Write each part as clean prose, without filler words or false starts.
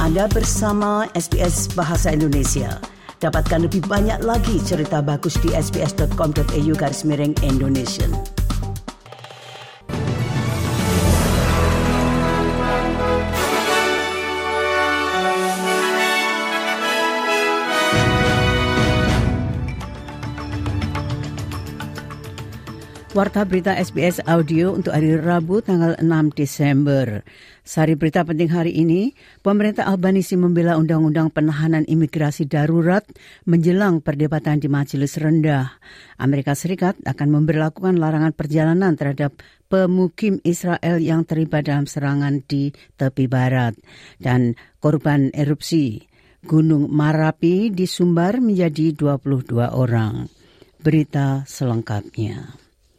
Anda bersama SBS Bahasa Indonesia. Dapatkan lebih banyak lagi cerita bagus di sbs.com.au/Indonesian. Warta berita SBS Audio untuk hari Rabu tanggal 6 Desember. Sari berita penting hari ini, pemerintah Albanisi membela undang-undang penahanan imigrasi darurat menjelang perdebatan di Majelis Rendah. Amerika Serikat akan memberlakukan larangan perjalanan terhadap pemukim Israel yang terlibat dalam serangan di tepi barat. Dan korban erupsi Gunung Marapi disumbar menjadi 22 orang. Berita selengkapnya.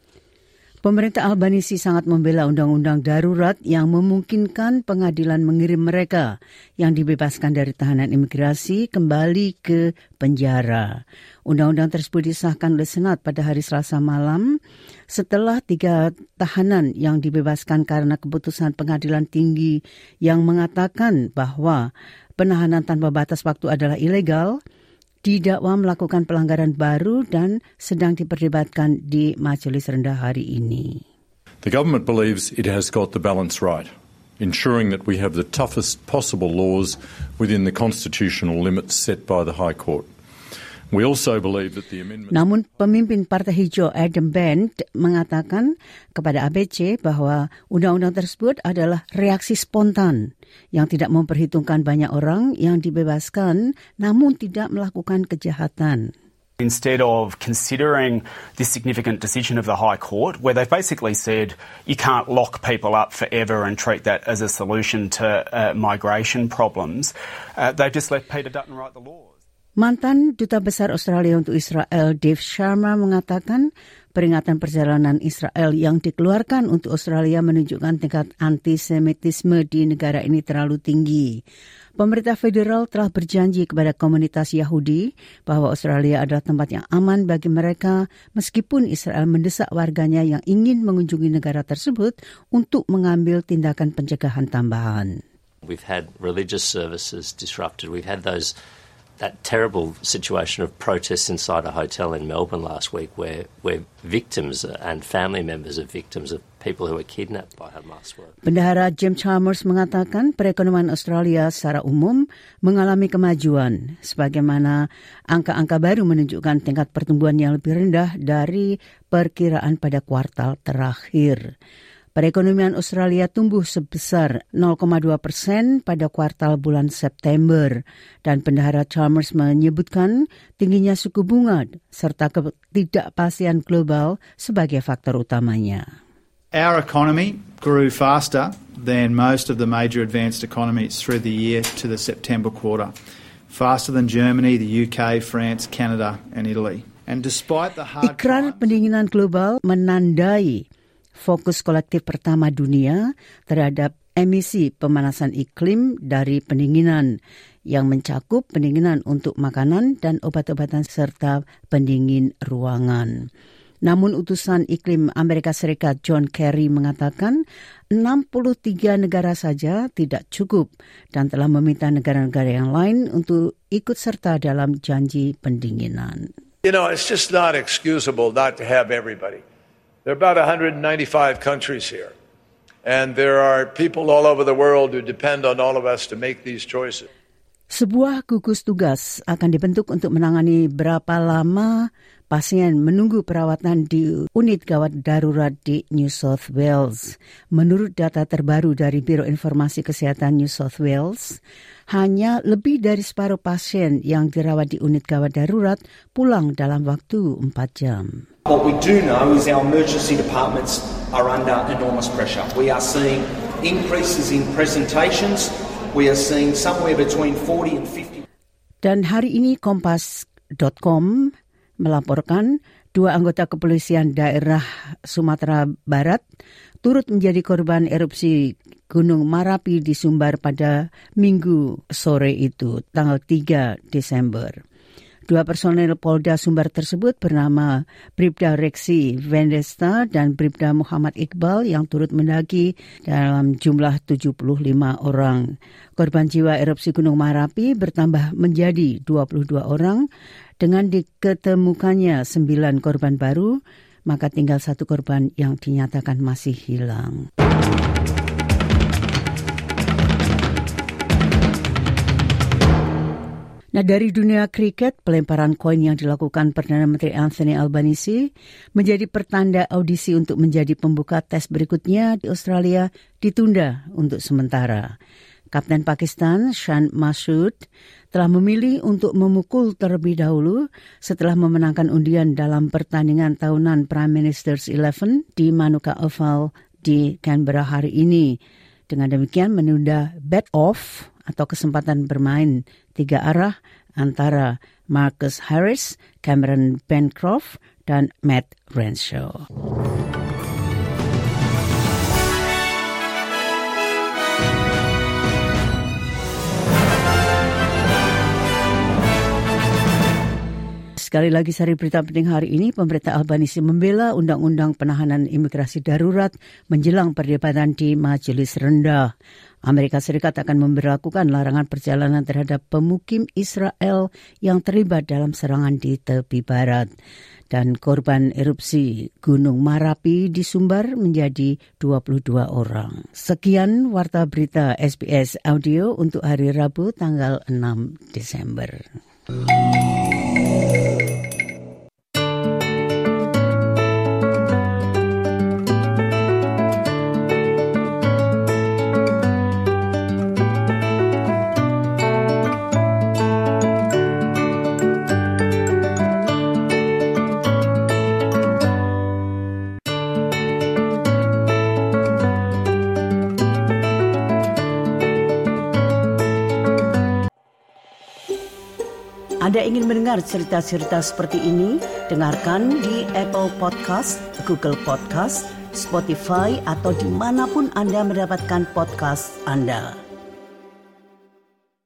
Pemerintah Albanisi sangat membela undang-undang darurat yang memungkinkan pengadilan mengirim mereka yang dibebaskan dari tahanan imigrasi kembali ke penjara. Undang-undang tersebut disahkan oleh Senat pada hari Selasa malam setelah 3 tahanan yang dibebaskan karena keputusan pengadilan tinggi yang mengatakan bahwa penahanan tanpa batas waktu adalah ilegal, didakwa melakukan pelanggaran baru dan sedang diperdebatkan di Majelis Rendah hari ini. The government believes it has got the balance right, ensuring that we have the toughest possible laws within the constitutional limits set by the High Court. We also believe that the amendment... Namun pemimpin Partai Hijau Adam Band mengatakan kepada ABC bahwa undang-undang tersebut adalah reaksi spontan yang tidak memperhitungkan banyak orang yang dibebaskan namun tidak melakukan kejahatan. Instead of considering this significant decision of the High Court, where they've basically said you can't lock people up forever and treat that as a solution to migration problems, they've just let Peter Dutton write the laws. Mantan Duta Besar Australia untuk Israel, Dave Sharma, mengatakan peringatan perjalanan Israel yang dikeluarkan untuk Australia menunjukkan tingkat antisemitisme di negara ini terlalu tinggi. Pemerintah federal telah berjanji kepada komunitas Yahudi bahwa Australia adalah tempat yang aman bagi mereka meskipun Israel mendesak warganya yang ingin mengunjungi negara tersebut untuk mengambil tindakan pencegahan tambahan. We've had religious services disrupted. We've had that terrible situation of protests inside a hotel in Melbourne last week where victims and family members of victims of people who were kidnapped by Hamas were. Bendahara Jim Chalmers mengatakan perekonomian Australia secara umum mengalami kemajuan sebagaimana angka-angka baru menunjukkan tingkat pertumbuhan yang lebih rendah dari perkiraan pada kuartal terakhir. Perekonomian Australia tumbuh sebesar 0,2% pada kuartal bulan September dan Bendahara Chalmers menyebutkan tingginya suku bunga serta ketidakpastian global sebagai faktor utamanya. Our economy grew faster than most of the major advanced economies through the year to the September quarter, faster than Germany, the UK, France, Canada and Italy. And despite the hard Ikrar pendinginan global menandai fokus kolektif pertama dunia terhadap emisi pemanasan iklim dari pendinginan yang mencakup pendinginan untuk makanan dan obat-obatan serta pendingin ruangan. Namun utusan iklim Amerika Serikat John Kerry mengatakan 63 negara saja tidak cukup dan telah meminta negara-negara yang lain untuk ikut serta dalam janji pendinginan. You know, it's just not excusable not to have everybody. There are about 195 countries here, and there are people all over the world who depend on all of us to make these choices. Sebuah gugus tugas akan dibentuk untuk menangani berapa lama pasien menunggu perawatan di unit gawat darurat di New South Wales. Menurut data terbaru dari Biro Informasi Kesehatan New South Wales, hanya lebih dari separuh pasien yang dirawat di unit gawat darurat pulang dalam waktu 4 jam. What we do know is our emergency departments are under enormous pressure. We are seeing increases in presentations. We are seeing somewhere between 40 and 50. Dan hari ini Kompas.com melaporkan 2 anggota kepolisian daerah Sumatera Barat turut menjadi korban erupsi Gunung Marapi di Sumbar pada Minggu sore itu, tanggal 3 Desember. Dua personel Polda Sumbar tersebut bernama Bribda Reksi Vendesta dan Bribda Muhammad Iqbal yang turut mendaki dalam jumlah 75 orang. Korban jiwa erupsi Gunung Merapi bertambah menjadi 22 orang dengan diketemukannya 9 korban baru, maka tinggal 1 korban yang dinyatakan masih hilang. Nah, dari dunia kriket, pelemparan koin yang dilakukan Perdana Menteri Anthony Albanese menjadi pertanda audisi untuk menjadi pembuka tes berikutnya di Australia ditunda untuk sementara. Kapten Pakistan Shan Masood telah memilih untuk memukul terlebih dahulu setelah memenangkan undian dalam pertandingan tahunan Prime Minister's 11 di Manuka Oval di Canberra hari ini. Dengan demikian menunda bet off atau kesempatan bermain 3 arah antara Marcus Harris, Cameron Bancroft, dan Matt Renshaw. Sekali lagi sari berita penting hari ini, pemerintah Albanisi membela undang-undang penahanan imigrasi darurat menjelang perdebatan di Majelis Rendah. Amerika Serikat akan memberlakukan larangan perjalanan terhadap pemukim Israel yang terlibat dalam serangan di tepi barat. Dan korban erupsi Gunung Merapi di Sumbar menjadi 22 orang. Sekian Warta Berita SBS Audio untuk hari Rabu tanggal 6 Desember. Anda ingin mendengar cerita-cerita seperti ini? Dengarkan di Apple Podcast, Google Podcast, Spotify, atau dimanapun Anda mendapatkan podcast Anda.